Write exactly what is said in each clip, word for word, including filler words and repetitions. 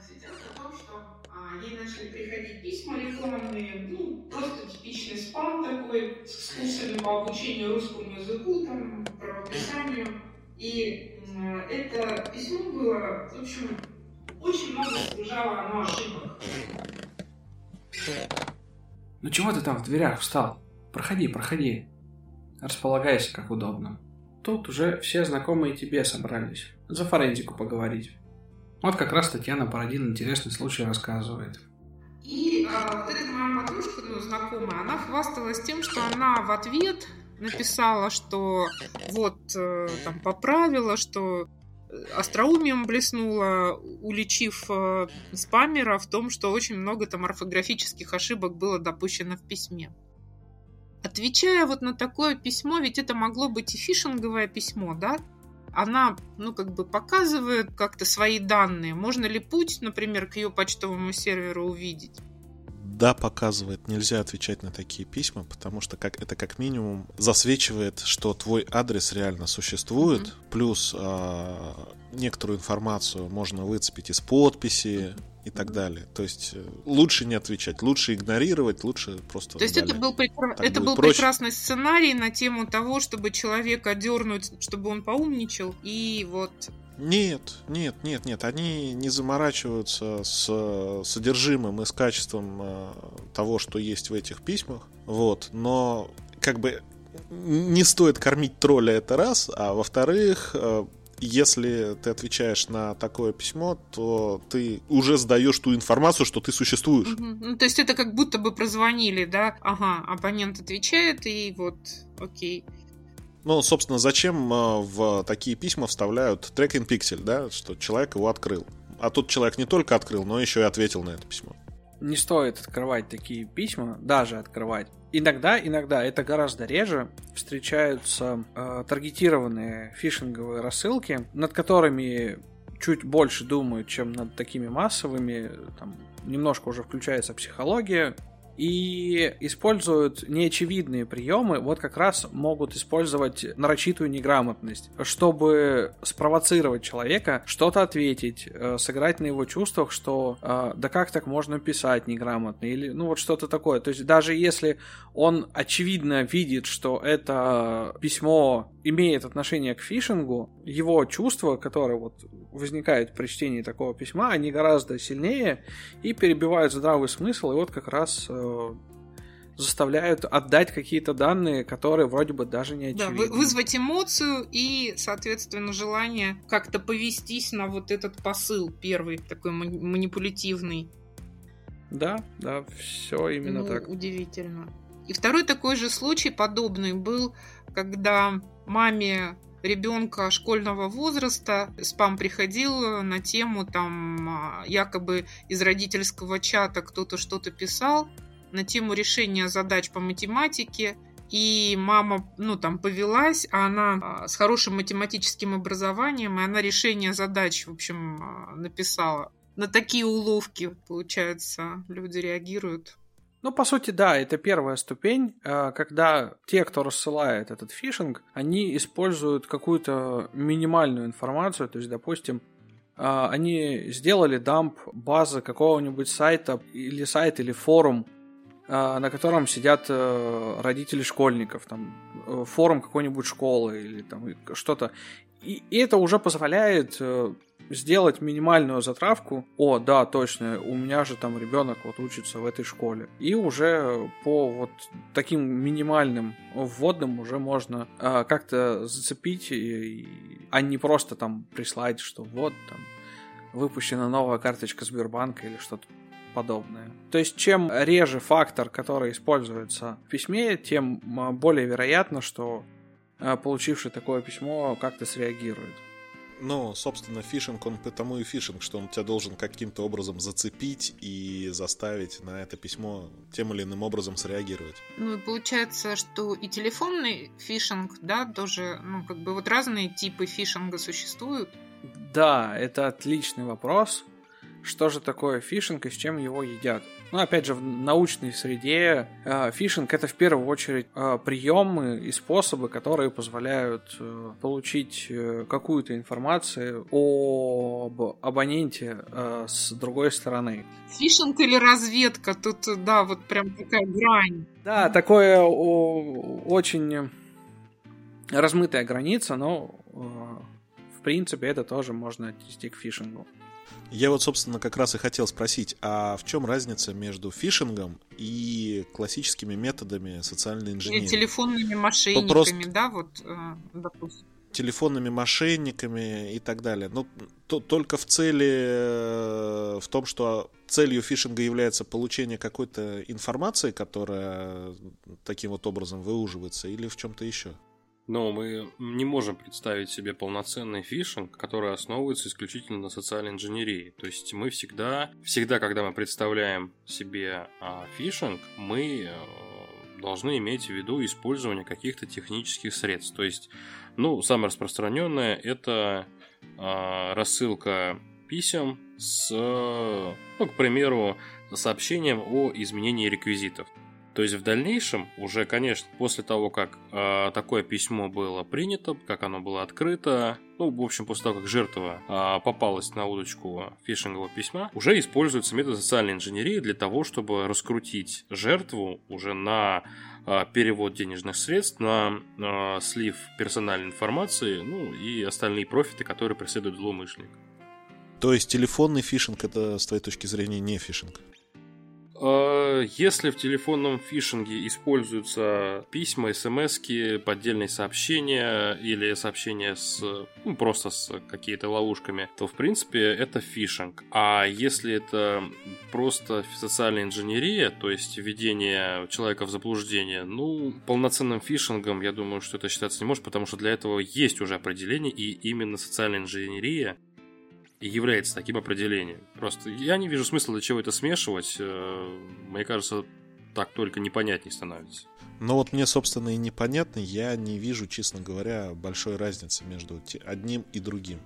сетях о том, что а, ей начали приходить письма рекламные, ну, просто типичный спам такой, с курсами по обучению русскому языку, там, правописанию. И э, это письмо было, в общем, очень много содержало оно ошибок. Ну чего ты там в дверях встал? Проходи, проходи. Располагайся как удобно. Тут уже все знакомые тебе собрались. За форензику поговорить. Вот как раз Татьяна про один интересный случай рассказывает. И а, вот эта моя подружка, ну, знакомая, она хвасталась тем, что она в ответ написала, что вот э, там поправила, что остроумием блеснула, уличив э, спамера в том, что очень много там орфографических ошибок было допущено в письме. Отвечая вот на такое письмо, ведь это могло быть и фишинговое письмо, да? Она, ну, как бы показывает как-то свои данные. Можно ли путь, например, к ее почтовому серверу увидеть? Да, показывает. Нельзя отвечать на такие письма, потому что как, это как минимум засвечивает, что твой адрес реально существует. Mm-hmm. Плюс э, некоторую информацию можно выцепить из подписи и так далее. То есть лучше не отвечать, лучше игнорировать, лучше просто То есть удалять. это был, прекра... это был прекрасный сценарий на тему того, чтобы человека одернуть, чтобы он поумничал, и вот... Нет, нет, нет, нет, они не заморачиваются с содержимым и с качеством того, что есть в этих письмах, вот, но как бы не стоит кормить тролля, это раз, а во-вторых, если ты отвечаешь на такое письмо, то ты уже сдаешь ту информацию, что ты существуешь. Угу. Ну, то есть это как будто бы прозвонили, да, ага, абонент отвечает, и вот, окей. Ну, собственно, зачем в такие письма вставляют tracking пиксель, да, что человек его открыл. А тут человек не только открыл, но еще и ответил на это письмо. Не стоит открывать такие письма, даже открывать. Иногда, иногда, это гораздо реже, встречаются э, таргетированные фишинговые рассылки, над которыми чуть больше думают, чем над такими массовыми. Там немножко уже включается психология. И используют неочевидные приемы, вот как раз могут использовать нарочитую неграмотность, чтобы спровоцировать человека, что-то ответить, сыграть на его чувствах, что да как так можно писать неграмотно, или ну вот что-то такое. То есть даже если он очевидно видит, что это письмо имеет отношение к фишингу, его чувства, которые вот возникают при чтении такого письма, они гораздо сильнее и перебивают здравый смысл, и вот как раз э, заставляют отдать какие-то данные, которые вроде бы даже не очевидны. Да, вызвать эмоцию и, соответственно, желание как-то повестись на вот этот посыл первый, такой манипулятивный. Да, да, все именно ну, так. Удивительно. И второй такой же случай подобный был, когда маме ребенка школьного возраста спам приходил на тему, там якобы из родительского чата кто-то что-то писал на тему решения задач по математике, и мама, ну, там повелась, а она с хорошим математическим образованием, и она решение задач, в общем, написала. На такие уловки, получается, люди реагируют. Ну, по сути, да, это первая ступень, когда те, кто рассылает этот фишинг, они используют какую-то минимальную информацию, то есть, допустим, они сделали дамп базы какого-нибудь сайта, или сайт, или форум, на котором сидят родители школьников, там, форум какой-нибудь школы, или там что-то. И это уже позволяет сделать минимальную затравку. О, да, точно, у меня же там ребенок вот учится в этой школе. И уже по вот таким минимальным вводным уже можно э, как-то зацепить, и, а не просто там прислать, что вот там выпущена новая карточка Сбербанка или что-то подобное. То есть, чем реже фактор, который используется в письме, тем более вероятно, что э, получивший такое письмо как-то среагирует. Ну, собственно, фишинг, он потому и фишинг, что он тебя должен каким-то образом зацепить и заставить на это письмо тем или иным образом среагировать. Ну, и получается, что и телефонный фишинг, да, тоже, ну, как бы вот разные типы фишинга существуют. Да, это отличный вопрос. что же такое фишинг и с чем его едят. Ну, опять же, в научной среде э, фишинг — это в первую очередь э, приемы и способы, которые позволяют э, получить э, какую-то информацию об абоненте э, с другой стороны. Фишинг или разведка? Тут, да, вот прям такая грань. Да, такое о, очень размытая граница, но э, в принципе это тоже можно отнести к фишингу. Я вот, собственно, как раз и хотел спросить, а в чем разница между фишингом и классическими методами социальной инженерии? Или телефонными мошенниками, Просто... да, вот, э, допустим. Телефонными мошенниками и так далее. Ну, то, только в цели, в том, что целью фишинга является получение какой-то информации, которая таким вот образом выуживается, или в чем-то еще? Но мы не можем представить себе полноценный фишинг, который основывается исключительно на социальной инженерии. То есть мы всегда, всегда, когда мы представляем себе а, фишинг, мы а, должны иметь в виду использование каких-то технических средств. То есть, ну, самое распространенное это а, рассылка писем с, ну, к примеру, сообщением о изменении реквизитов. То есть в дальнейшем, уже, конечно, после того, как э, такое письмо было принято, как оно было открыто, ну, в общем, после того, как жертва э, попалась на удочку фишингового письма, уже используется метод социальной инженерии для того, чтобы раскрутить жертву уже на э, перевод денежных средств, на э, слив персональной информации, ну, и остальные профиты, которые преследует злоумышленник. То есть телефонный фишинг — это, с твоей точки зрения, не фишинг? Если в телефонном фишинге используются письма, смски, поддельные сообщения или сообщения с, ну, просто с какими-то ловушками, то в принципе это фишинг. А если это просто социальная инженерия, то есть введение человека в заблуждение, ну, полноценным фишингом, я думаю, что это считаться не может, потому что для этого есть уже определение, и именно социальная инженерия и является таким определением. Просто я не вижу смысла, для чего это смешивать. Мне кажется, так только непонятней становится. Ну вот мне, собственно, и непонятно. Я не вижу, честно говоря, большой разницы между одним и другим.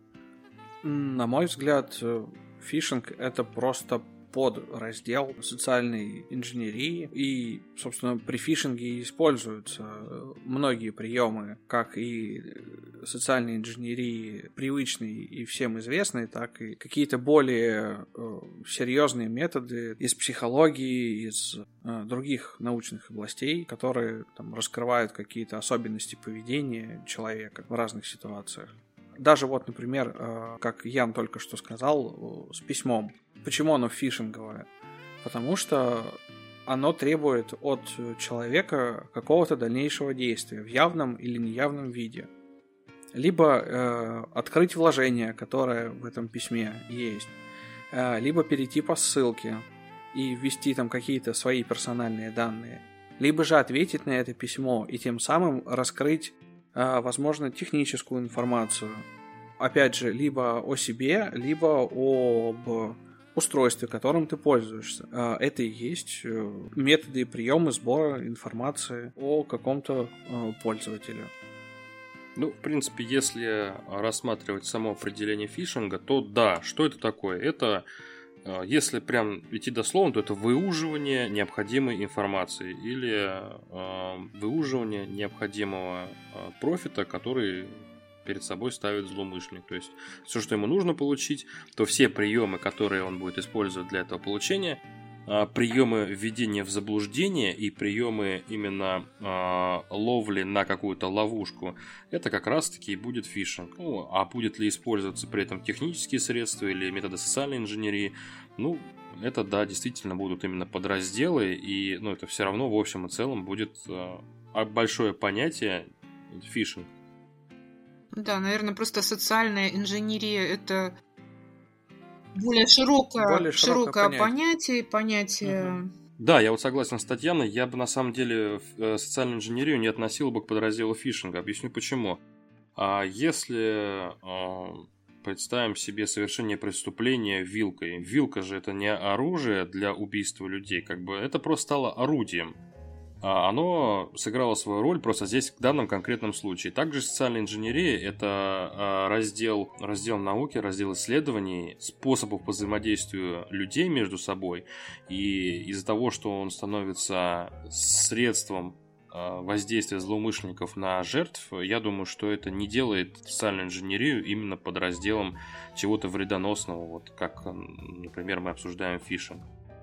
На мой взгляд, фишинг — это просто подраздел социальной инженерии, и, собственно, при фишинге используются многие приемы, как и социальной инженерии привычные и всем известные, так и какие-то более э, серьезные методы из психологии, из э, других научных областей, которые там раскрывают какие-то особенности поведения человека в разных ситуациях. Даже вот, например, э, как Ян только что сказал, э, с письмом. Почему оно фишинговое? Потому что оно требует от человека какого-то дальнейшего действия в явном или неявном виде. Либо э, открыть вложение, которое в этом письме есть, э, либо перейти по ссылке и ввести там какие-то свои персональные данные, либо же ответить на это письмо и тем самым раскрыть, э, возможно, техническую информацию. Опять же, либо о себе, либо об устройстве, которым ты пользуешься. Это и есть методы и приемы сбора информации о каком-то пользователе. Ну, в принципе, если рассматривать само определение фишинга, то да, что это такое? Это, если прям идти дословно, то это выуживание необходимой информации или выуживание необходимого профита, который перед собой ставит злоумышленник. То есть все, что ему нужно получить, то все приемы, которые он будет использовать для этого получения, приемы введения в заблуждение и приемы именно ловли на какую-то ловушку, это как раз-таки и будет фишинг. Ну, а будет ли использоваться при этом технические средства или методы социальной инженерии, ну, это, да, действительно будут именно подразделы, и, ну, это все равно в общем и целом будет большое понятие фишинг. Да, наверное, просто социальная инженерия — это более широкое, более широкое, широкое понятие. понятие... Угу. Да, я вот согласен с Татьяной. Я бы на самом деле социальную инженерию не относил бы к подразделу фишинга. Объясню почему. А если представим себе совершение преступления вилкой, вилка же это не оружие для убийства людей, как бы это просто стало орудием. оно сыграло свою роль просто здесь в данном конкретном случае. Также социальная инженерия – это раздел, раздел науки, раздел исследований, способов по взаимодействию людей между собой. И из-за того, что он становится средством воздействия злоумышленников на жертв, я думаю, что это не делает социальную инженерию именно под разделом чего-то вредоносного, вот как, например, мы обсуждаем фишинг.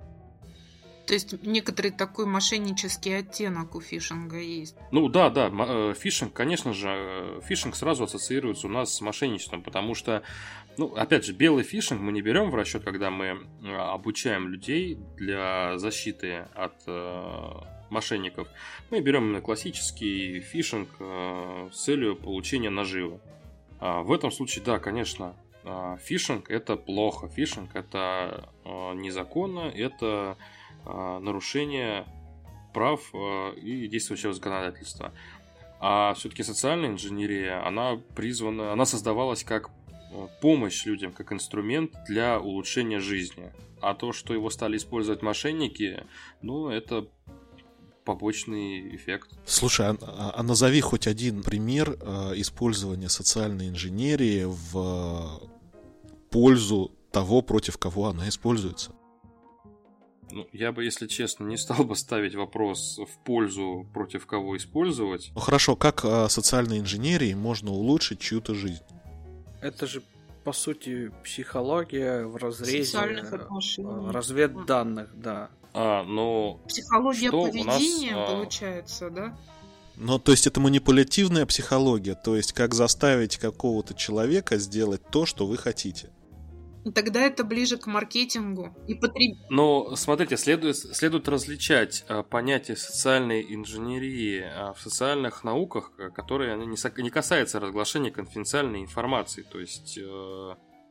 То есть некоторый такой мошеннический оттенок у фишинга есть. Ну да, да, фишинг, конечно же, фишинг сразу ассоциируется у нас с мошенничеством, потому что, ну, опять же, белый фишинг мы не берем в расчет, когда мы обучаем людей для защиты от э, мошенников. Мы берем именно классический фишинг э, с целью получения наживы. А в этом случае, да, конечно, э, фишинг это плохо, фишинг это э, незаконно, это нарушение прав и действующего законодательства. А все-таки социальная инженерия, она призвана, она создавалась как помощь людям, как инструмент для улучшения жизни. А то, что его стали использовать мошенники, ну, это побочный эффект. Слушай, а, а назови хоть один пример использования социальной инженерии в пользу того, против кого она используется. Ну, я бы, если честно, не стал бы ставить вопрос в пользу, против кого использовать. Ну хорошо, как а, социальной инженерией можно улучшить чью-то жизнь? Это же, по сути, психология в разрезе социальных отношений, разведданных, да. А, но психология что поведения, у нас, получается, да? Ну, то есть это манипулятивная психология, то есть как заставить какого-то человека сделать то, что вы хотите. Тогда это ближе к маркетингу и потреб... Но, смотрите, следует, следует различать а, понятие социальной инженерии а, в социальных науках, которые не, со, не касаются разглашения конфиденциальной информации. То есть э,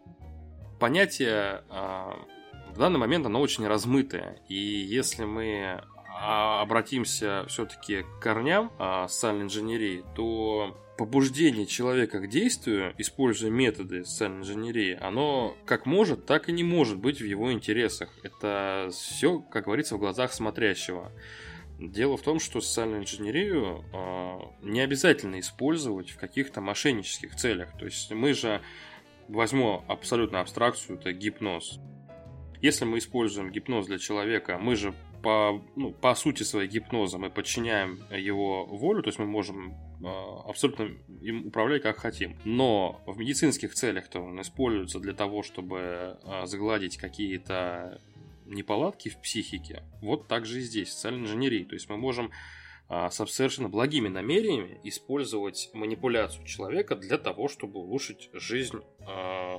понятие э, в данный момент оно очень размытое. И если мы обратимся все-таки к корням э, социальной инженерии, то побуждение человека к действию, используя методы социальной инженерии, оно как может, так и не может быть в его интересах. Это все, как говорится, в глазах смотрящего. Дело в том, что социальную инженерию э, не обязательно использовать в каких-то мошеннических целях. То есть мы же, возьму абсолютно абстракцию, это гипноз. Если мы используем гипноз для человека, мы же по, ну, по сути своей гипноза мы подчиняем его волю, то есть мы можем э, абсолютно им управлять как хотим. Но в медицинских целях-то он используется для того, чтобы э, загладить какие-то неполадки в психике. Вот так же и здесь, в социальной инженерии. То есть мы можем э, с совершенно благими намерениями использовать манипуляцию человека для того, чтобы улучшить жизнь э,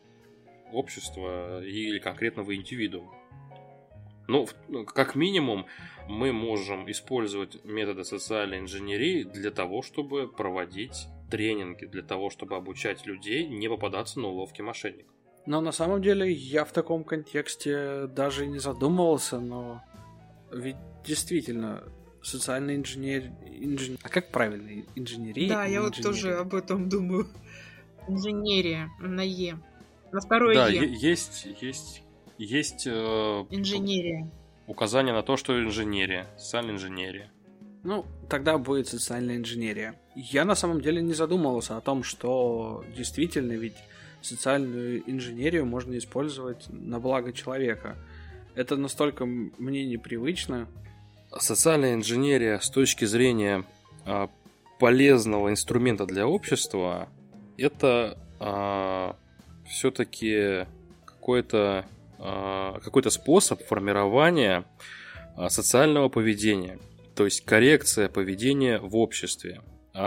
общества или конкретного индивидуума. Ну, как минимум, мы можем использовать методы социальной инженерии для того, чтобы проводить тренинги, для того, чтобы обучать людей не попадаться на уловки мошенников. Но на самом деле я в таком контексте даже не задумывался, но ведь действительно социальная инженерия... Инжен... А как правильно? Инженерия? Да, я вот тоже об этом думаю. Инженерия на Е. На второе да, Е. Да, есть... есть... Есть э, инженерия. Указание на то, что инженерия, социальная инженерия. Ну, тогда будет социальная инженерия. Я на самом деле не задумывался о том, что действительно ведь социальную инженерию можно использовать на благо человека. Это настолько мне непривычно. Социальная инженерия с точки зрения э, полезного инструмента для общества, это э, все-таки какой-то какой-то способ формирования социального поведения, то есть коррекция поведения в обществе.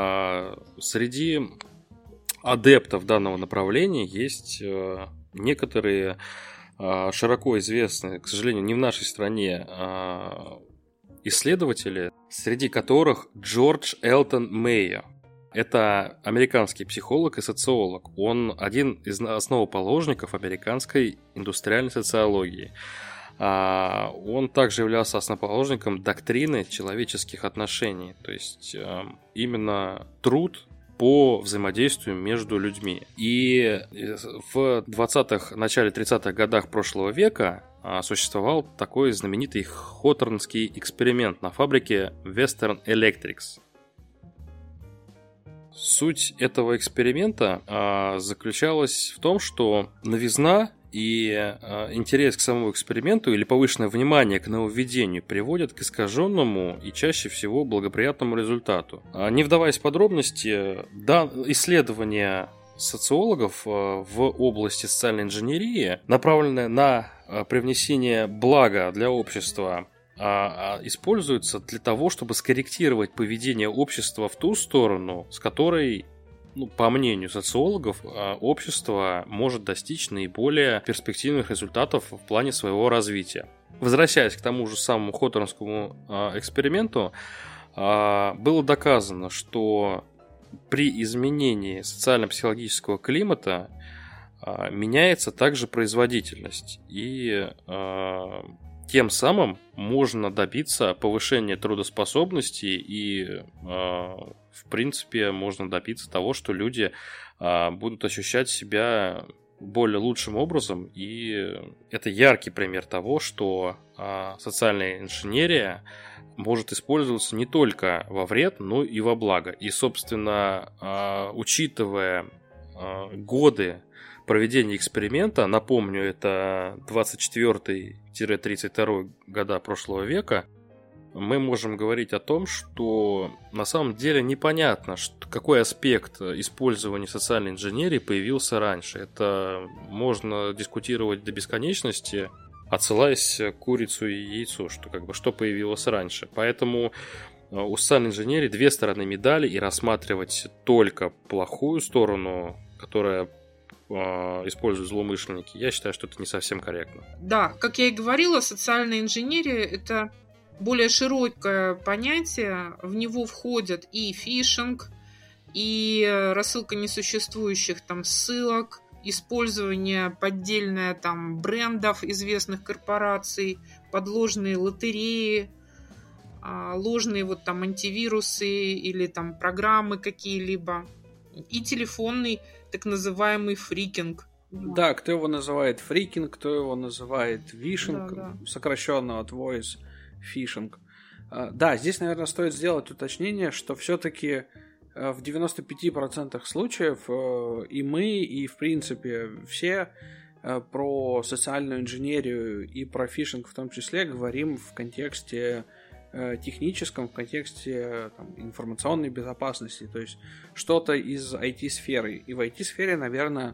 Среди адептов данного направления есть некоторые широко известные, к сожалению, не в нашей стране, исследователи, среди которых Джордж Элтон Мейер. Это американский психолог и социолог. Он один из основоположников американской индустриальной социологии. Он также являлся основоположником доктрины человеческих отношений. То есть именно труд по взаимодействию между людьми. И в двадцатых, начале тридцатых годах прошлого века существовал такой знаменитый хоторнский эксперимент на фабрике Western Electrics. Суть этого эксперимента а, заключалась в том, что новизна и а, интерес к самому эксперименту или повышенное внимание к нововведению приводят к искаженному и чаще всего благоприятному результату. А, не вдаваясь в подробности, да, исследования социологов а, в области социальной инженерии, направленные на а, привнесение блага для общества, используется для того, чтобы скорректировать поведение общества в ту сторону, с которой, ну, по мнению социологов, общество может достичь наиболее перспективных результатов в плане своего развития. Возвращаясь к тому же самому хоторнскому эксперименту, было доказано, что при изменении социально-психологического климата меняется также производительность, и тем самым можно добиться повышения трудоспособности и, э, в принципе, можно добиться того, что люди э, будут ощущать себя более лучшим образом. И это яркий пример того, что э, социальная инженерия может использоваться не только во вред, но и во благо. И, собственно, э, учитывая э, годы проведения эксперимента, напомню, это двадцать четвёртый — тридцать второй года прошлого века, мы можем говорить о том, что на самом деле непонятно, что, какой аспект использования социальной инженерии появился раньше. Это можно дискутировать до бесконечности, отсылаясь к курицу и яйцу, что, как бы, что появилось раньше. Поэтому у социальной инженерии две стороны медали, и рассматривать только плохую сторону, которая используют злоумышленники, я считаю, что это не совсем корректно. Да, как я и говорила, социальная инженерия – это более широкое понятие. В него входят и фишинг, и рассылка несуществующих там ссылок, использование поддельное там брендов известных корпораций, подложные лотереи, ложные вот там антивирусы или там программы какие-либо, и телефонный так называемый фрикинг. Да, кто его называет фрикинг, кто его называет вишинг, да, да. сокращенно от voice phishing. Да, здесь, наверное, стоит сделать уточнение, что все-таки в девяноста пяти процентах случаев и мы, и, в принципе, все про социальную инженерию и про фишинг в том числе говорим в контексте техническом, в контексте там, информационной безопасности, то есть что-то из ай ти-сферы. И в ай ти-сфере, наверное,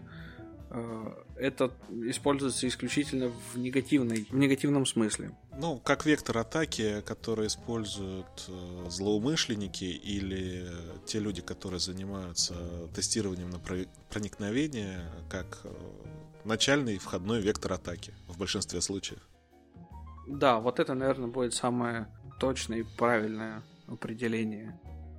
это используется исключительно в, негативной, в негативном смысле. Ну, как вектор атаки, который используют злоумышленники или те люди, которые занимаются тестированием на проникновение, как начальный входной вектор атаки в большинстве случаев. Да, вот это, наверное, будет самое точное и правильное определение.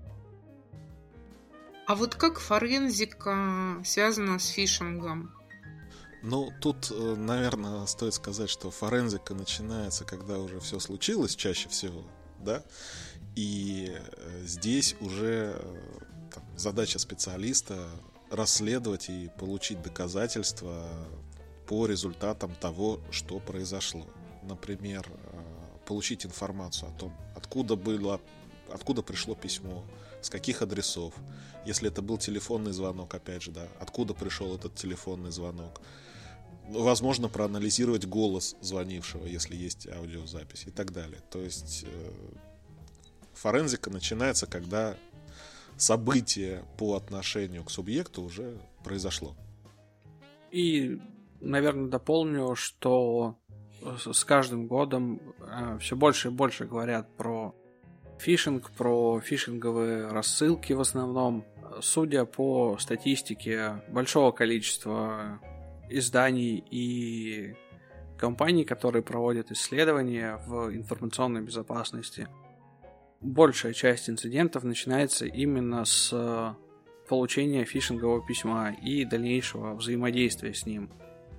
А вот как форензика связана с фишингом? Ну, тут, наверное, стоит сказать, что форензика начинается, когда уже все случилось, чаще всего, да, и здесь уже там, задача специалиста расследовать и получить доказательства по результатам того, что произошло. Например, получить информацию о том, откуда было, откуда пришло письмо, с каких адресов. Если это был телефонный звонок, опять же, да, откуда пришел этот телефонный звонок. Возможно, проанализировать голос звонившего, если есть аудиозапись и так далее. То есть форензика начинается, когда событие по отношению к субъекту уже произошло. И, наверное, дополню, что с каждым годом все больше и больше говорят про фишинг, про фишинговые рассылки в основном. Судя по статистике большого количества изданий и компаний, которые проводят исследования в информационной безопасности, большая часть инцидентов начинается именно с получения фишингового письма и дальнейшего взаимодействия с ним.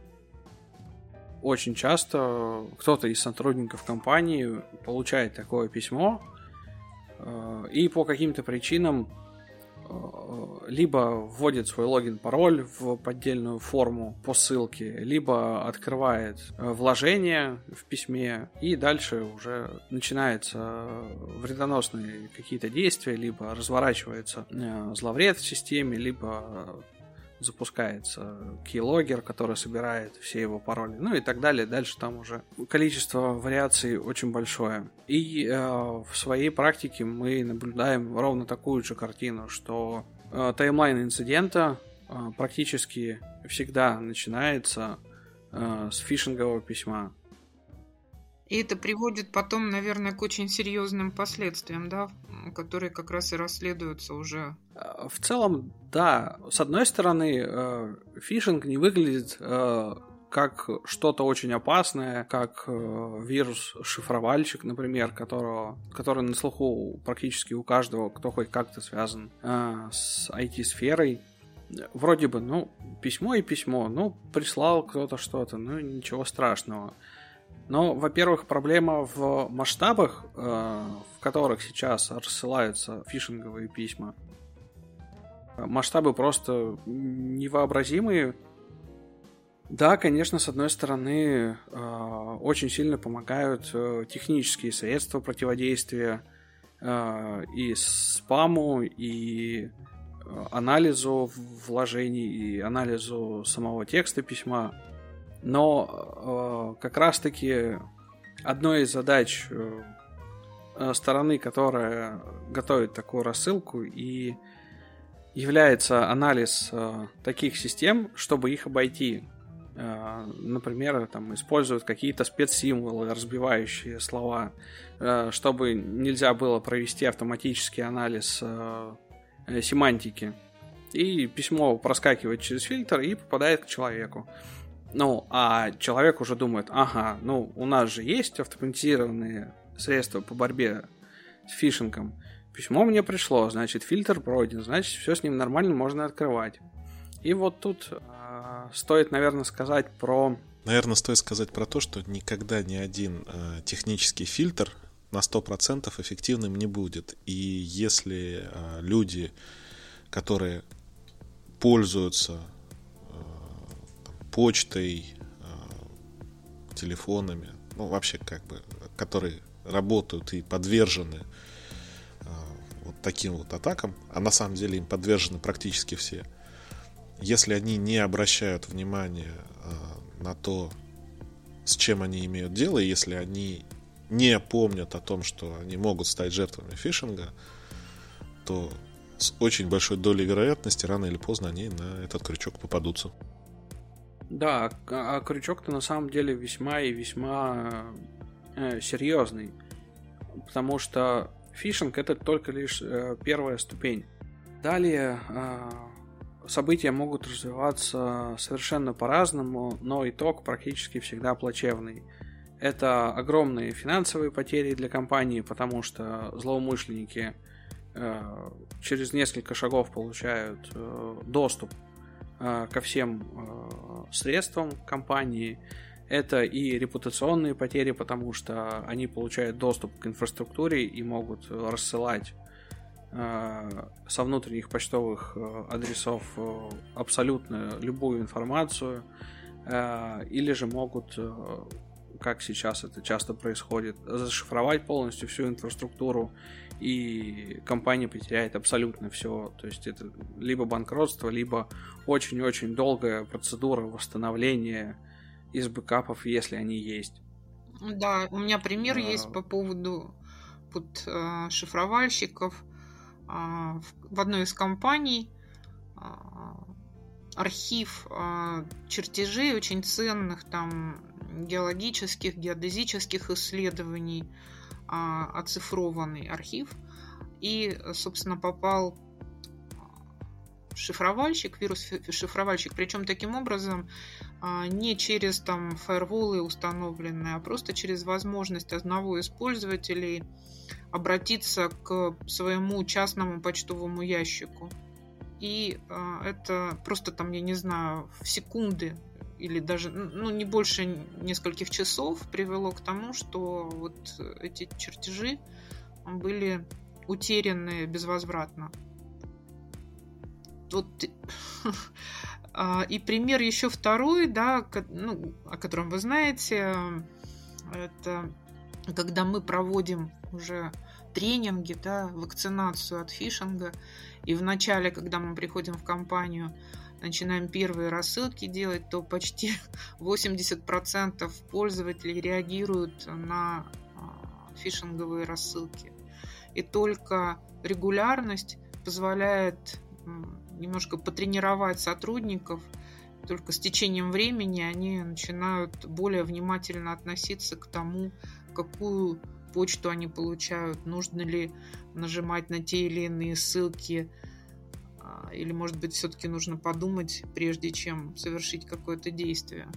Очень часто кто-то из сотрудников компании получает такое письмо и по каким-то причинам либо вводит свой логин-пароль в поддельную форму по ссылке, либо открывает вложение в письме, и дальше уже начинаются вредоносные какие-то действия, либо разворачивается зловред в системе, либо запускается keylogger, который собирает все его пароли, ну и так далее. Дальше там уже количество вариаций очень большое. И э, в своей практике мы наблюдаем ровно такую же картину, что э, таймлайн инцидента э, практически всегда начинается э, с фишингового письма. И это приводит потом, наверное, к очень серьезным последствиям, да, которые как раз и расследуются уже. В целом, да. С одной стороны, фишинг не выглядит как что-то очень опасное, как вирус-шифровальщик, например, которого, который на слуху практически у каждого, кто хоть как-то связан с ай ти-сферой. Вроде бы, ну, письмо и письмо, ну, прислал кто-то что-то, ну, ничего страшного. Но, во-первых, проблема в масштабах, э, в которых сейчас рассылаются фишинговые письма. Масштабы просто невообразимые. Да, конечно, с одной стороны, э, очень сильно помогают э, технические средства противодействия э, и спаму, и анализу вложений, и анализу самого текста письма. Но э, как раз-таки одной из задач э, стороны, которая готовит такую рассылку, и является анализ э, таких систем, чтобы их обойти. Э, например, там, используют какие-то спецсимволы, разбивающие слова, э, чтобы нельзя было провести автоматический анализ э, э, семантики. И письмо проскакивает через фильтр и попадает к человеку. Ну, а человек уже думает, ага, ну, у нас же есть автоматизированные средства по борьбе с фишингом. Письмо мне пришло, значит, фильтр пройден, значит, все с ним нормально, можно открывать. И вот тут э, стоит, наверное, сказать про... Наверное, стоит сказать про то, что никогда ни один э, технический фильтр на сто процентов эффективным не будет. И если э, люди, которые пользуются почтой, телефонами, ну, вообще, как бы, которые работают и подвержены вот таким вот атакам, а на самом деле им подвержены практически все. Если они не обращают внимания на то, с чем они имеют дело, и если они не помнят о том, что они могут стать жертвами фишинга, то с очень большой долей вероятности рано или поздно они на этот крючок попадутся. Да, а крючок-то на самом деле весьма и весьма э, серьезный, потому что фишинг — это только лишь э, первая ступень. Далее э, события могут развиваться совершенно по-разному, но итог практически всегда плачевный. Это огромные финансовые потери для компании, потому что злоумышленники э, через несколько шагов получают э, доступ ко всем э, средствам компании. Это и репутационные потери, потому что они получают доступ к инфраструктуре и могут рассылать э, со внутренних почтовых э, адресов э, абсолютно любую информацию, э, или же могут, э, как сейчас это часто происходит, зашифровать полностью всю инфраструктуру, и компания потеряет абсолютно все. То есть это либо банкротство, либо очень-очень долгая процедура восстановления из бэкапов, если они есть. Да, у меня пример а... есть по поводу под, э, шифровальщиков. Э, в одной из компаний э, архив э, чертежей очень ценных, там, геологических, геодезических исследований, оцифрованный архив, и, собственно, попал шифровальщик, вирус-шифровальщик, причем таким образом не через там фаерволы установленные, а просто через возможность одного из пользователей обратиться к своему частному почтовому ящику. И это просто там, я не знаю, в секунды или даже, ну, не больше нескольких часов привело к тому, что вот эти чертежи были утеряны безвозвратно. вот и пример еще второй, да, ну, о котором вы знаете, это когда мы проводим уже тренинги, да, вакцинацию от фишинга, и в начале, когда мы приходим в компанию, начинаем первые рассылки делать, то почти восемьдесят процентов пользователей реагируют на фишинговые рассылки. И только регулярность позволяет немножко потренировать сотрудников. Только с течением времени они начинают более внимательно относиться к тому, какую почту они получают, нужно ли нажимать на те или иные ссылки, или, может быть, все-таки нужно подумать, прежде чем совершить какое-то действие.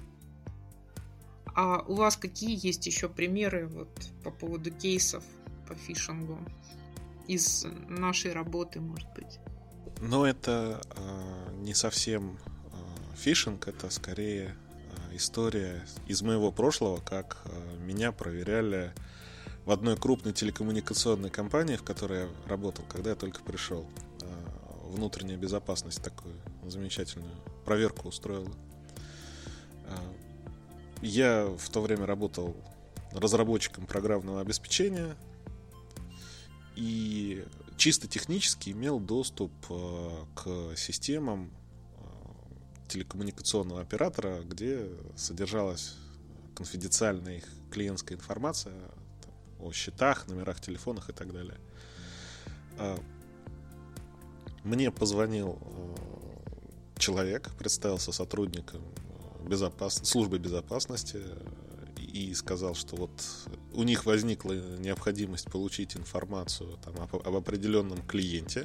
А у вас какие есть еще примеры вот, по поводу кейсов по фишингу из нашей работы, может быть? Но это э, не совсем э, фишинг, это скорее э, история из моего прошлого, как э, меня проверяли в одной крупной телекоммуникационной компании, в которой я работал, когда я только пришел. Э, внутренняя безопасность такую замечательную проверку устроила. Э, я в то время работал разработчиком программного обеспечения и чисто технически имел доступ э, к системам э, телекоммуникационного оператора, где содержалась конфиденциальная их клиентская информация там, о счетах, номерах телефонах и так далее. Э, мне позвонил э, человек, представился сотрудником безопас... службы безопасности и сказал, что вот у них возникла необходимость получить информацию там, об, об определенном клиенте.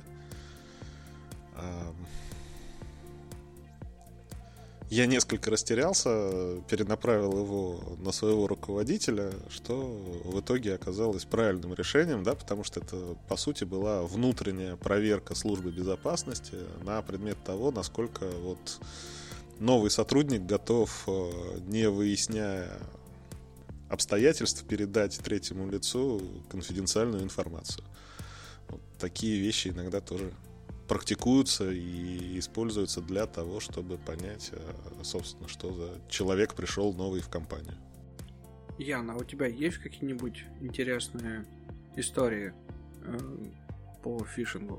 Я несколько растерялся, перенаправил его на своего руководителя, что в итоге оказалось правильным решением, да, потому что это, по сути, была внутренняя проверка службы безопасности на предмет того, насколько вот новый сотрудник готов, не выясняя обстоятельств, передать третьему лицу конфиденциальную информацию. Вот такие вещи иногда тоже практикуются и используются для того, чтобы понять, собственно, что за человек пришел новый в компанию. Яна, а у тебя есть какие-нибудь интересные истории э, по фишингу?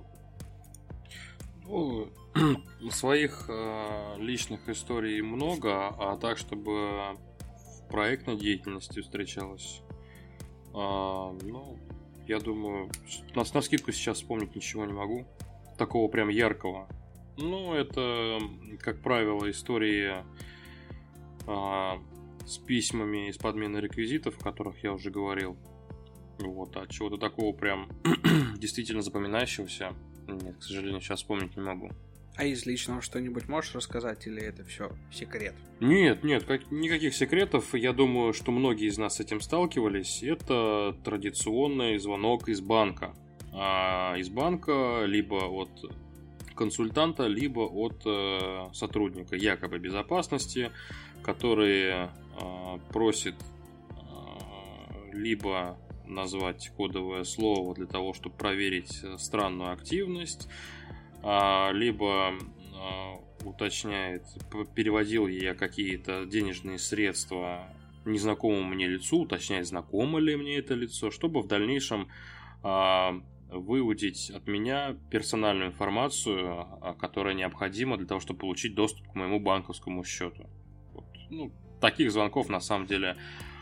Ну, своих э, личных историй много, а так, чтобы в проектной деятельности встречалось, э, ну, я думаю, на, на скидку сейчас вспомнить ничего не могу. Такого прям яркого. Ну, это, как правило, истории э, с письмами из подмены реквизитов, о которых я уже говорил. Вот, а чего-то такого прям действительно запоминающегося нет, к сожалению, сейчас вспомнить не могу. А из личного что-нибудь можешь рассказать, или это все секрет? Нет, нет, как, никаких секретов. Я думаю, что многие из нас с этим сталкивались. Это традиционный звонок из банка. А из банка либо от консультанта, либо от э, сотрудника якобы безопасности, который э, просит э, либо назвать кодовое слово для того, чтобы проверить странную активность, либо уточняет, переводил ли я какие-то денежные средства незнакомому мне лицу, уточняет, знакомо ли мне это лицо, чтобы в дальнейшем выудить от меня персональную информацию, которая необходима для того, чтобы получить доступ к моему банковскому счету. Вот. Ну, таких звонков на самом деле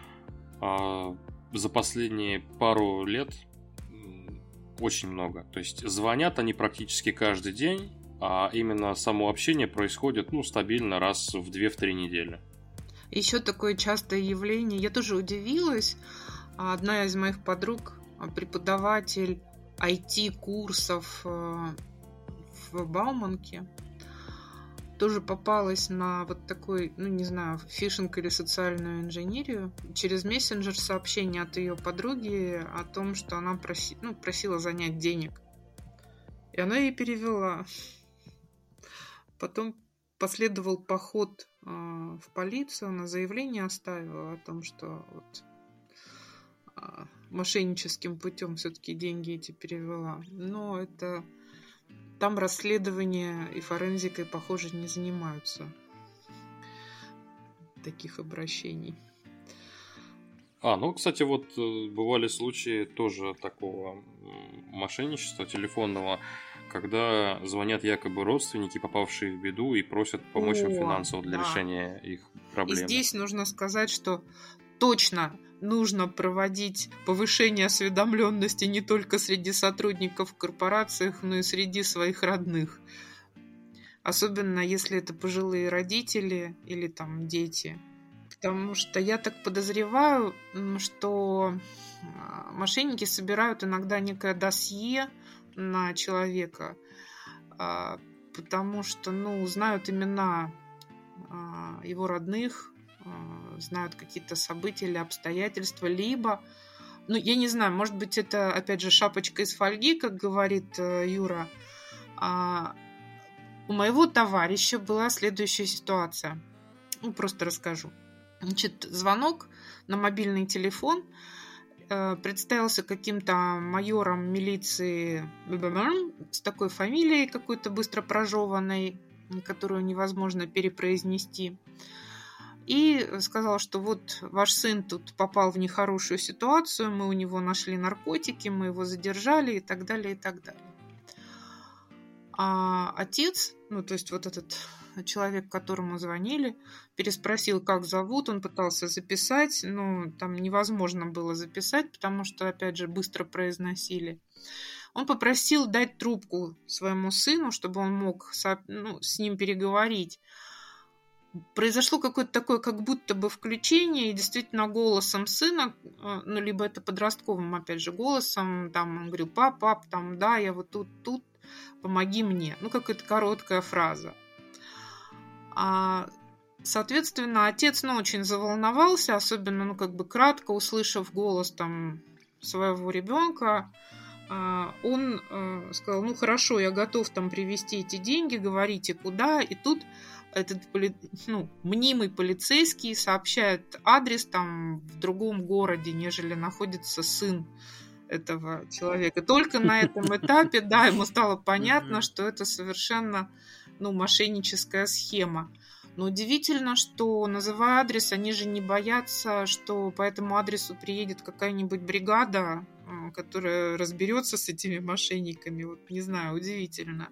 за последние пару лет очень много. То есть звонят они практически каждый день, а именно само общение происходит, ну, стабильно раз в две-три недели. Еще такое частое явление. Я тоже удивилась. Одна из моих подруг, преподаватель ай ти-курсов в Бауманке, тоже попалась на вот такой, ну не знаю, фишинг или социальную инженерию через мессенджер сообщение от ее подруги о том, что она проси, ну, просила занять денег. И она ей перевела. Потом последовал поход э, в полицию, она заявление оставила о том, что вот, э, мошенническим путем все-таки деньги эти перевела. Но это там расследования и форензикой, похоже, не занимаются таких обращений. А, ну, кстати, вот бывали случаи тоже такого мошенничества телефонного, когда звонят якобы родственники, попавшие в беду, и просят помочь им финансово для да. решения их проблем. И здесь нужно сказать, что точно нужно проводить повышение осведомленности не только среди сотрудников в корпорациях, но и среди своих родных. Особенно если это пожилые родители или там дети. Потому что я так подозреваю, что мошенники собирают иногда некое досье на человека, потому что, ну, знают имена его родных, знают какие-то события или обстоятельства, либо, ну, я не знаю, может быть, это, опять же, шапочка из фольги, как говорит Юра. У моего товарища была следующая ситуация. Ну, просто расскажу. Значит, звонок на мобильный телефон, э, представился каким-то майором милиции с такой фамилией какой-то быстро прожеванной, которую невозможно перепроизнести. И сказал, что вот ваш сын тут попал в нехорошую ситуацию, мы у него нашли наркотики, мы его задержали и так далее, и так далее. А отец, ну то есть вот этот человек, которому звонили, переспросил, как зовут, он пытался записать, но там невозможно было записать, потому что, опять же, быстро произносили. Он попросил дать трубку своему сыну, чтобы он мог ну, с ним переговорить. Произошло какое-то такое, как будто бы включение, и действительно голосом сына, ну, либо это подростковым, опять же, голосом, там, он говорил, пап, пап, там, да, я вот тут, тут, помоги мне. Ну, какая-то короткая фраза. А, соответственно, отец, ну, очень заволновался, особенно, ну, как бы кратко услышав голос, там, своего ребенка, а, он а, сказал, ну, хорошо, я готов, там, привезти эти деньги, говорите, куда, и тут этот ну, мнимый полицейский сообщает адрес там в другом городе, нежели находится сын этого человека. Только на этом этапе, да, ему стало понятно, что это совершенно, ну, мошенническая схема. Но удивительно, что, называя адрес, они же не боятся, что по этому адресу приедет какая-нибудь бригада, которая разберется с этими мошенниками. Вот, не знаю, удивительно.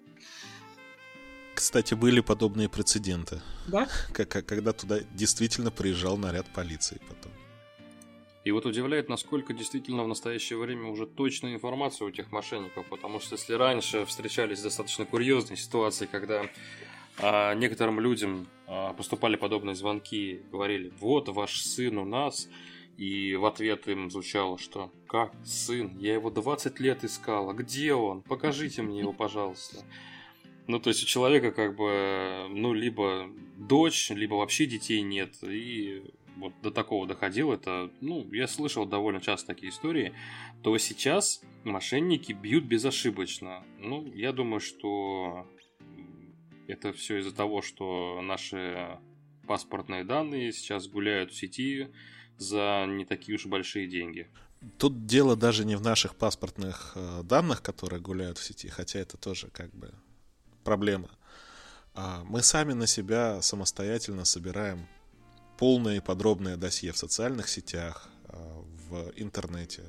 Кстати, были подобные прецеденты. Да? Когда туда действительно приезжал наряд полиции потом. И вот удивляет, насколько действительно в настоящее время уже точная информация у этих мошенников, потому что если раньше встречались достаточно курьезные ситуации, когда а, некоторым людям а, поступали подобные звонки, говорили, вот ваш сын у нас, и в ответ им звучало, что как сын, я его двадцать лет искала, где он, покажите мне его, пожалуйста. Ну, то есть у человека как бы, ну, либо дочь, либо вообще детей нет. И вот до такого доходило. Это, ну, я слышал довольно часто такие истории. То сейчас мошенники бьют безошибочно. Ну, я думаю, что это все из-за того, что наши паспортные данные сейчас гуляют в сети за не такие уж большие деньги. Тут дело даже не в наших паспортных данных, которые гуляют в сети, хотя это тоже как бы проблема. Мы сами на себя самостоятельно собираем полное и подробное досье в социальных сетях, в интернете.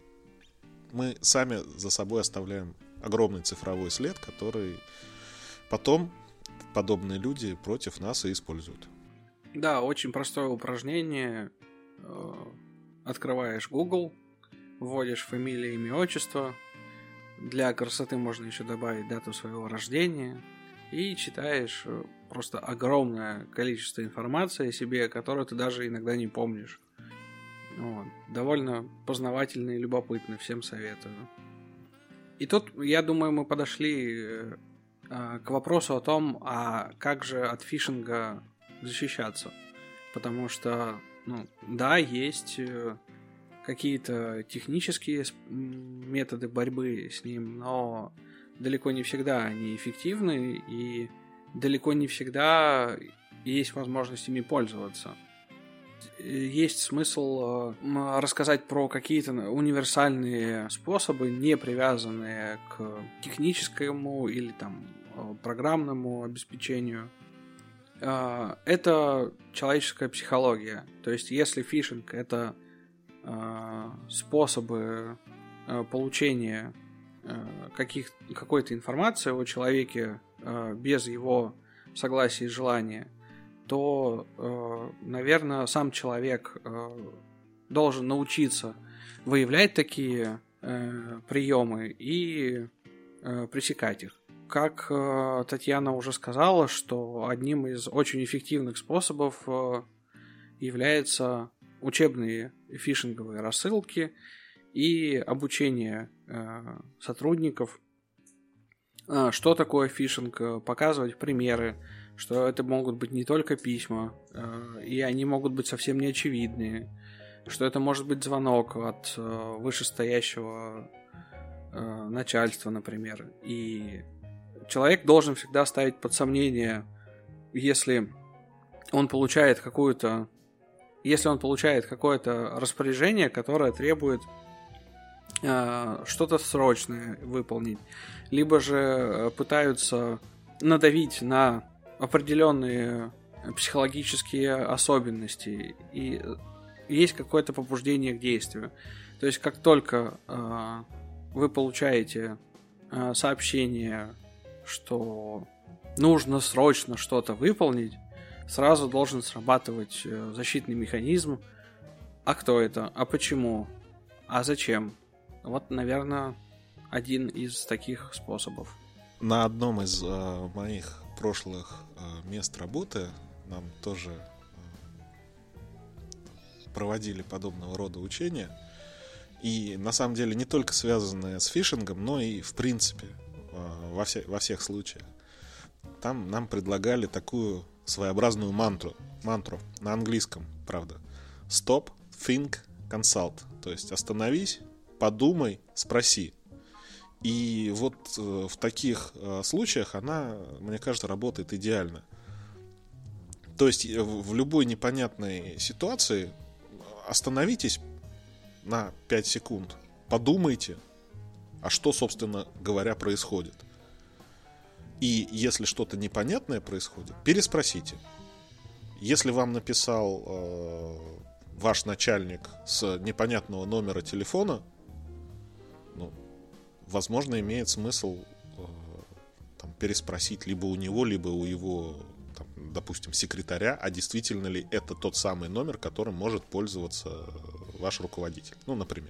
Мы сами за собой оставляем огромный цифровой след, который потом подобные люди против нас и используют. Да, очень простое упражнение. Открываешь Google, вводишь фамилию, имя, отчество. Для красоты можно еще добавить дату своего рождения. И читаешь просто огромное количество информации о себе, которую ты даже иногда не помнишь. Вот. Довольно познавательно и любопытно, всем советую. И тут, я думаю, мы подошли э, к вопросу о том, а как же от фишинга защищаться. Потому что, ну, да, есть... Э, какие-то технические методы борьбы с ним, но далеко не всегда они эффективны, и далеко не всегда есть возможность ими пользоваться. есть смысл рассказать про какие-то универсальные способы, не привязанные к техническому или там программному обеспечению. Это человеческая психология. То есть, если фишинг — это способы получения каких, какой-то информации о человеке без его согласия и желания, то, наверное, сам человек должен научиться выявлять такие приемы и пресекать их. Как Татьяна уже сказала, что одним из очень эффективных способов являются учебные фишинговые рассылки и обучение сотрудников, что такое фишинг, показывать примеры, что это могут быть не только письма, и они могут быть совсем неочевидные, что это может быть звонок от вышестоящего начальства, например. И человек должен всегда ставить под сомнение, если он получает какую-то, если он получает какое-то распоряжение, которое требует э, что-то срочное выполнить, либо же пытаются надавить на определенные психологические особенности, и есть какое-то побуждение к действию. То есть, как только э, вы получаете э, сообщение, что нужно срочно что-то выполнить, сразу должен срабатывать защитный механизм. А кто это? А почему? А зачем? Вот, наверное, один из таких способов. На одном из э, моих прошлых э, мест работы нам тоже э, проводили подобного рода учения. И на самом деле не только связанные с фишингом, но и в принципе Во, все, во всех случаях. Там нам предлагали такую своеобразную мантру, мантру на английском, правда. Stop, think, consult. То есть остановись, подумай, спроси. И вот э, в таких э, случаях она, мне кажется, работает идеально. То есть в, в любой непонятной ситуации остановитесь на пять секунд, подумайте, а что, собственно говоря, происходит. И если что-то непонятное происходит, переспросите. Если вам написал э, ваш начальник с непонятного номера телефона, ну, возможно, имеет смысл э, там, переспросить либо у него, либо у его, там, допустим, секретаря, а действительно ли это тот самый номер, которым может пользоваться ваш руководитель. Ну, например.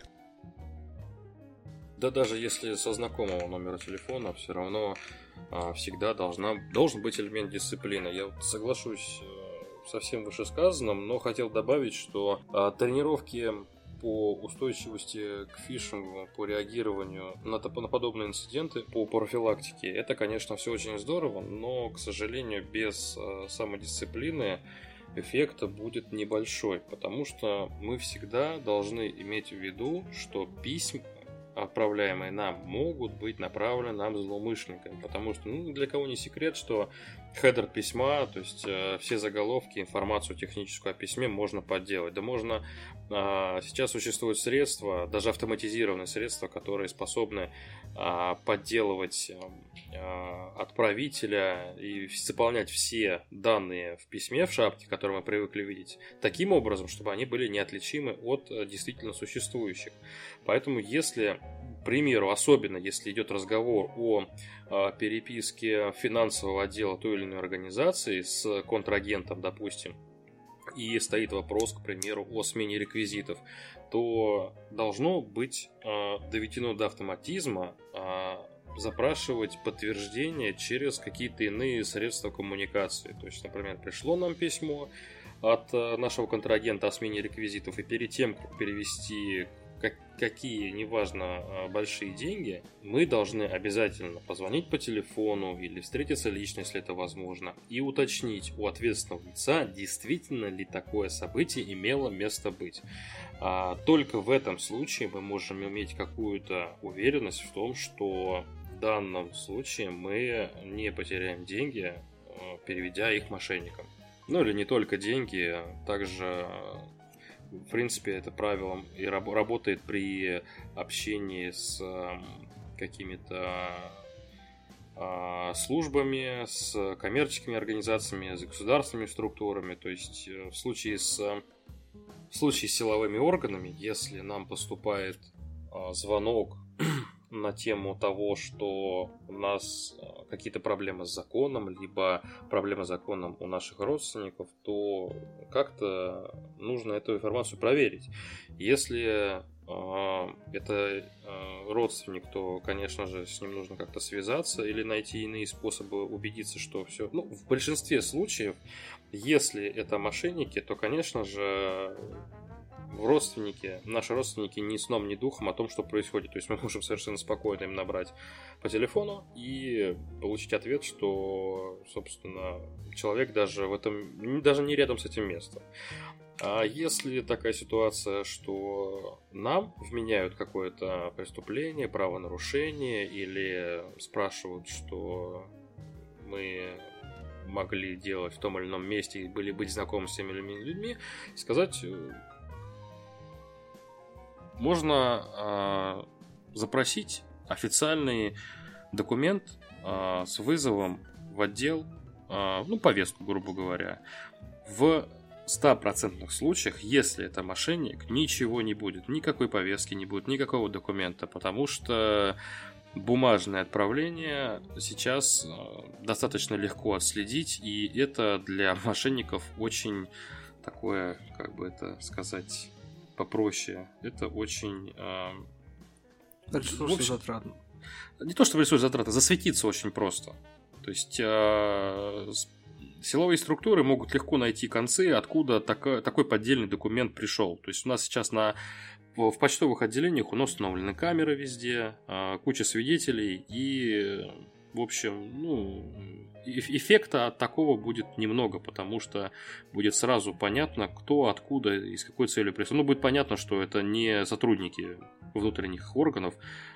Да даже если со знакомого номера телефона, все равно а, всегда должна, должен быть элемент дисциплины. Я вот соглашусь а, со всем вышесказанным, но хотел добавить, что а, тренировки по устойчивости к фишингу, по реагированию на, на подобные инциденты, по профилактике, это, конечно, все очень здорово, но, к сожалению, без а, самодисциплины эффект будет небольшой, потому что мы всегда должны иметь в виду, что письма, отправляемые нам, могут быть направлены нам злоумышленниками, потому что ну, для кого не секрет, что хедер письма, то есть э, все заголовки, информацию техническую о письме можно подделать. Да можно, э, сейчас существуют средства, даже автоматизированные средства, которые способны э, подделывать э, отправителя и заполнять все данные в письме, в шапке, которые мы привыкли видеть, таким образом, чтобы они были неотличимы от э, действительно существующих. Поэтому если, к примеру, особенно если идет разговор о э, переписке финансового отдела той или иной организации с контрагентом, допустим, и стоит вопрос, к примеру, о смене реквизитов, то должно быть э, доведено до автоматизма э, запрашивать подтверждение через какие-то иные средства коммуникации. То есть, например, пришло нам письмо от э, нашего контрагента о смене реквизитов, и перед тем, как перевести как, какие, неважно, большие деньги, мы должны обязательно позвонить по телефону или встретиться лично, если это возможно, и уточнить у ответственного лица, действительно ли такое событие имело место быть. А только в этом случае мы можем иметь какую-то уверенность в том, что в данном случае мы не потеряем деньги, переведя их мошенникам. Ну или не только деньги, также, в принципе, это правило и раб- работает при общении с какими-то э, службами, с коммерческими организациями, с государственными структурами. То есть в случае с, в случае с силовыми органами, если нам поступает э, звонок на тему того, что у нас какие-то проблемы с законом, либо проблемы с законом у наших родственников, то как-то нужно эту информацию проверить. Если э, это э, родственник, то, конечно же, с ним нужно как-то связаться или найти иные способы убедиться, что все... Ну, в большинстве случаев, если это мошенники, то, конечно же, родственники, наши родственники ни сном, ни духом о том, что происходит. То есть мы можем совершенно спокойно им набрать по телефону и получить ответ, что, собственно, человек даже в этом, даже не рядом с этим местом. А если такая ситуация, что нам вменяют какое-то преступление, правонарушение или спрашивают, что мы могли делать в том или ином месте и были быть знакомы с теми или иными людьми, сказать... Можно э, запросить официальный документ э, с вызовом в отдел, э, ну, повестку, грубо говоря. В ста процентах случаях, если это мошенник, ничего не будет, никакой повестки не будет, никакого документа, потому что бумажное отправление сейчас э, достаточно легко отследить, и это для мошенников очень такое, как бы это сказать... попроще. Это очень... Э, ресурсозатратно. Не то, что ресурсозатратно, засветиться очень просто. То есть э, силовые структуры могут легко найти концы, откуда так, такой поддельный документ пришел. То есть у нас сейчас на, в почтовых отделениях у нас установлены камеры везде, э, куча свидетелей и... В общем, ну, эффекта от такого будет немного, потому что будет сразу понятно, кто, откуда и с какой целью пришел. Ну, будет понятно, что это не сотрудники внутренних органов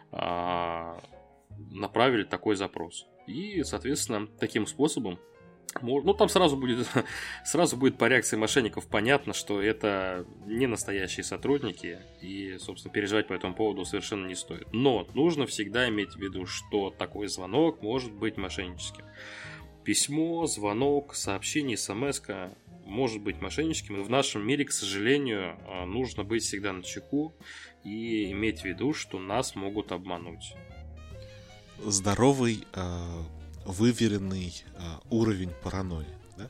а направили такой запрос. И, соответственно, таким способом, ну, там сразу будет, сразу будет по реакции мошенников понятно, что это не настоящие сотрудники, и, собственно, переживать по этому поводу совершенно не стоит. Но нужно всегда иметь в виду, что такой звонок может быть мошенническим. Письмо, звонок, сообщение, смс-ка может быть мошенническим, и в нашем мире, к сожалению, нужно быть всегда начеку и иметь в виду, что нас могут обмануть. Здоровый... Э... выверенный а, уровень паранойи, да?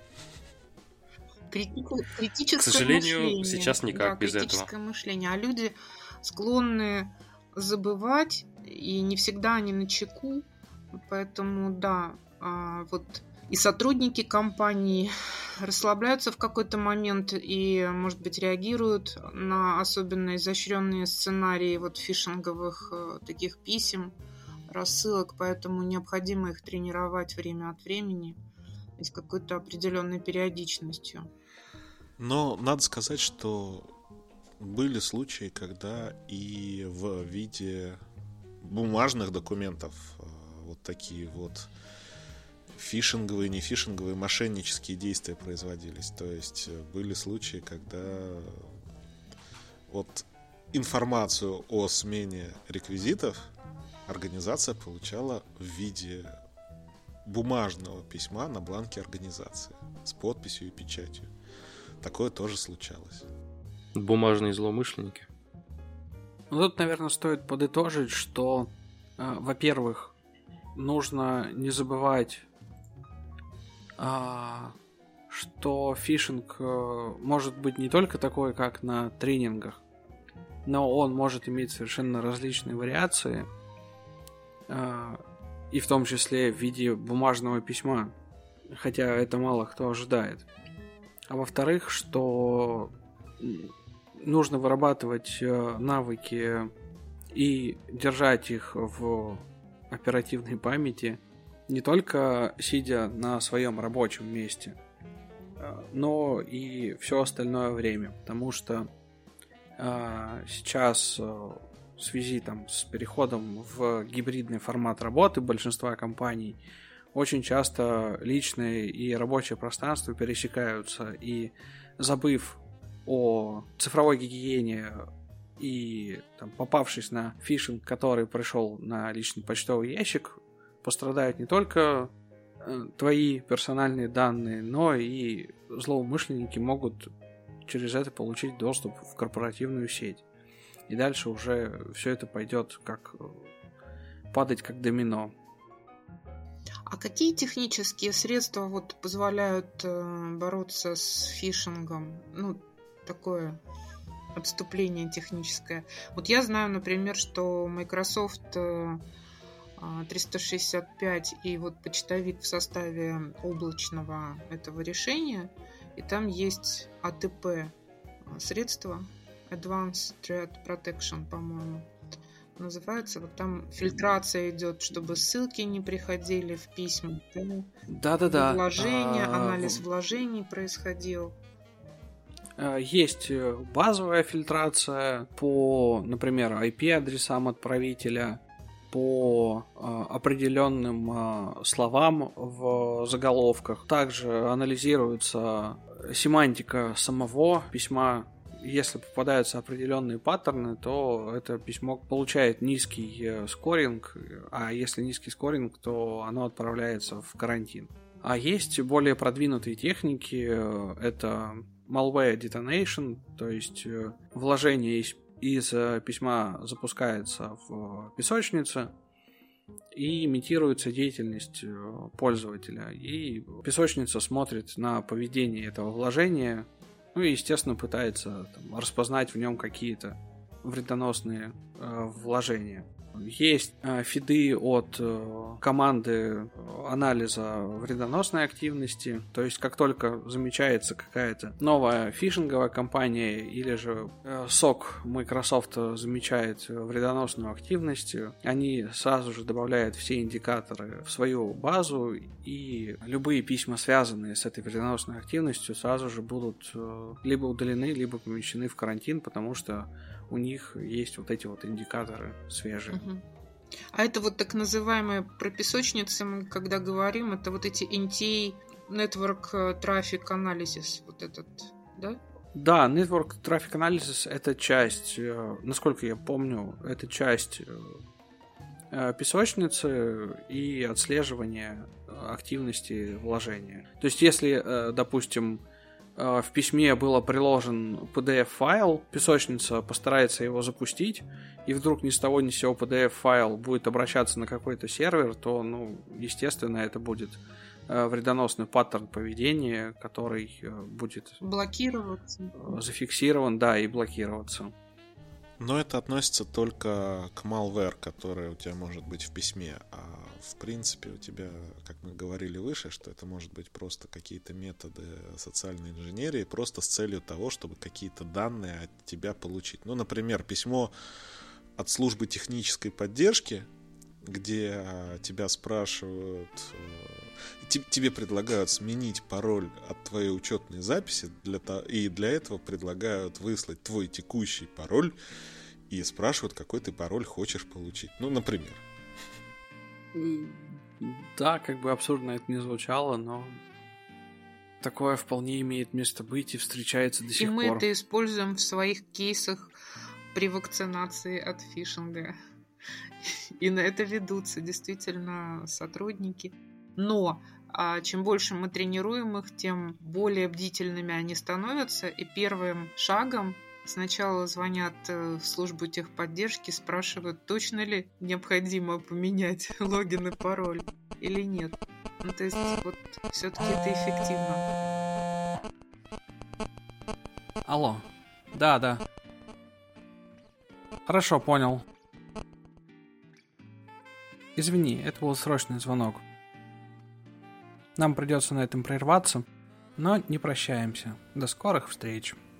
Критическое К сожалению, мышление. сейчас никак да, без этого. Критическое мышление. А люди склонны забывать, и не всегда они начеку. Поэтому, да, а, вот и сотрудники компании расслабляются в какой-то момент и, может быть, реагируют на особенно изощренные сценарии вот фишинговых а, таких писем, рассылок, поэтому необходимо их тренировать время от времени и с какой-то определенной периодичностью. Но надо сказать, что были случаи, когда и в виде бумажных документов вот такие вот фишинговые, не фишинговые, мошеннические действия производились. То есть были случаи, когда вот информацию о смене реквизитов организация получала в виде бумажного письма на бланке организации с подписью и печатью. Такое тоже случалось. Бумажные злоумышленники. Ну, тут, наверное, стоит подытожить, что, э, во-первых, нужно не забывать, э, что фишинг э, может быть не только такой, как на тренингах, но он может иметь совершенно различные вариации, и в том числе в виде бумажного письма, хотя это мало кто ожидает. А во-вторых, что нужно вырабатывать навыки и держать их в оперативной памяти не только сидя на своем рабочем месте, но и все остальное время, потому что сейчас в связи там, с переходом в гибридный формат работы большинства компаний очень часто личное и рабочее пространство пересекаются, и забыв о цифровой гигиене и там, попавшись на фишинг, который пришел на личный почтовый ящик, пострадают не только э, твои персональные данные, но и злоумышленники могут через это получить доступ в корпоративную сеть. И дальше уже все это пойдет как падать как домино. А какие технические средства вот позволяют э, бороться с фишингом? Ну, такое отступление техническое. Вот я знаю, например, что Microsoft э, триста шестьдесят пять и вот почтовик в составе облачного этого решения, и там есть эй ти пи средства, Advanced Threat Protection, по-моему, называется. Вот там фильтрация идет, чтобы ссылки не приходили в письма. Да-да-да. Вложения, а... анализ вложений происходил. Есть базовая фильтрация по, например, ай пи-адресам отправителя, по определенным словам в заголовках. Также анализируется семантика самого письма. Если попадаются определенные паттерны, то это письмо получает низкий скоринг, а если низкий скоринг, то оно отправляется в карантин. А есть более продвинутые техники, это malware detonation, то есть вложение из, из письма запускается в песочнице и имитируется деятельность пользователя. И песочница смотрит на поведение этого вложения, ну и, естественно, пытается там, распознать в нем какие-то вредоносные э, вложения. Есть э, фиды от э, команды анализа вредоносной активности, то есть как только замечается какая-то новая фишинговая кампания или же э, сок Microsoft замечает вредоносную активность, они сразу же добавляют все индикаторы в свою базу, и любые письма, связанные с этой вредоносной активностью, сразу же будут э, либо удалены, либо помещены в карантин, потому что у них есть вот эти вот индикаторы свежие. Угу. А это вот так называемые про песочницы, мы когда говорим, это вот эти эн ти эй, Network Traffic Analysis, вот этот, да? Да, Network Traffic Analysis — это часть, насколько я помню, это часть песочницы и отслеживания активности вложения. То есть, если, допустим, в письме было приложен пи ди эф-файл, песочница постарается его запустить, и вдруг ни с того ни с сего пи ди эф-файл будет обращаться на какой-то сервер, то, ну, естественно, это будет вредоносный паттерн поведения, который будет блокироваться, зафиксирован, да, и блокироваться. Но это относится только к malware, который у тебя может быть в письме. А в принципе у тебя, как мы говорили выше, что это может быть просто какие-то методы социальной инженерии, просто с целью того, чтобы какие-то данные от тебя получить. Ну, например, письмо от службы технической поддержки, где тебя спрашивают, тебе предлагают сменить пароль от твоей учетной записи, для того, и для этого предлагают выслать твой текущий пароль и спрашивают, какой ты пароль хочешь получить. Ну, например. Да, как бы абсурдно это не звучало, но такое вполне имеет место быть и встречается до сих пор. И мы пор. это используем в своих кейсах при вакцинации от фишинга. И на это ведутся действительно сотрудники. Но а чем больше мы тренируем их, тем более бдительными они становятся. И первым шагом сначала звонят в службу техподдержки, спрашивают, точно ли необходимо поменять логин и пароль или нет. Ну, то есть, вот все-таки это эффективно. Алло. Да, да. Хорошо, понял. Извини, это был срочный звонок. Нам придется на этом прерваться, но не прощаемся. До скорых встреч.